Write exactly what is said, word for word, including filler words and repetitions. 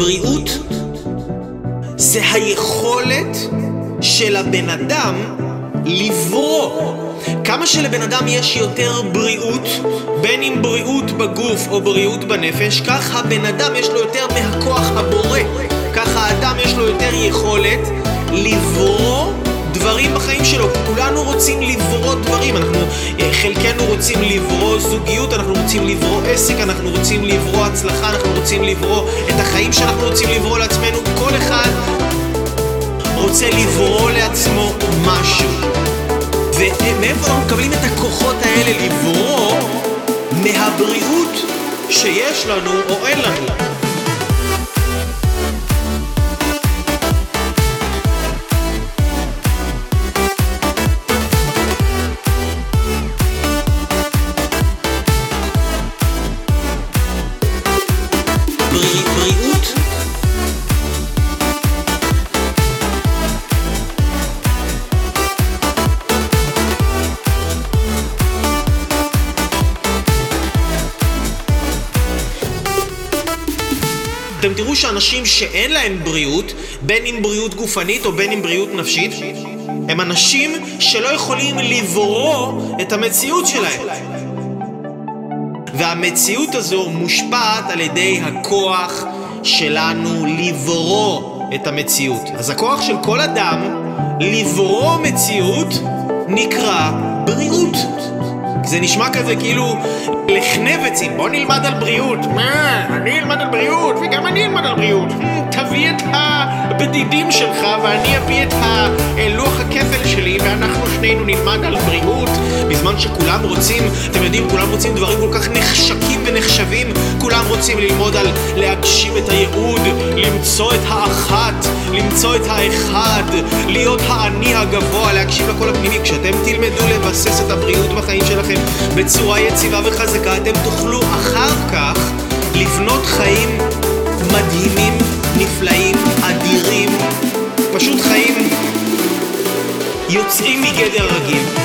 בריאות זה היכולת של הבן אדם לברוא. כמה שלבן אדם יש יותר בריאות, בין אם בריאות בגוף או בריאות בנפש, כך הבן אדם יש לו יותר מהכוח הבורא. ככה האדם יש לו יותר יכולת לברוא דברים בחיים שלו. כולנו רוצים לברוא דברים, אנחנו, חלקנו רוצים לברוא זוגיות, אנחנו רוצים לברוא עסק, אנחנו רוצים לברוא הצלחה, אנחנו רוצים לברוא את החיים שאנחנו רוצים לברוא לעצמנו. כל אחד רוצה לברוא לעצמו משהו, ומאיפה אנחנו מקבלים את הכוחות האלה לברוא? מהבריאות שיש לנו או אין לנו. בריאות אתם תראו שאנשים שאין להם בריאות, בין אם בריאות גופנית או בין אם בריאות נפשית, הם אנשים שלא יכולים לברוא את המציאות שלהם. והמציאות הזו מושפעת על ידי הכוח שלנו לברוא את המציאות. אז הכוח של כל אדם לברוא מציאות נקרא בריאות. זה נשמע כזה כאילו לחנבצים, בוא נלמד על בריאות. מה? אני אלמד על בריאות וגם אני אלמד על בריאות. תביא את הבדידים שלך ואני אביא את לוח הכפל שלי ואנחנו שנינו נלמד על בריאות, בזמן שכולם רוצים, אתם יודעים, כולם רוצים דברים כל כך נחשקים ונחשבים. כולם רוצים ללמוד על להגשים את הייעוד, למצוא את האחת, למצוא את האחד, להיות האני הגבוה, להגשים לכל הפנימי. כשאתם תלמדו לבסס את הבריאות בחיים שלכם בצורה יציבה וחזקה, אתם תוכלו אחר כך לבנות חיים מדהימים, נפלאים, אדירים, פשוט חיים יוצאים מגדר רגיל.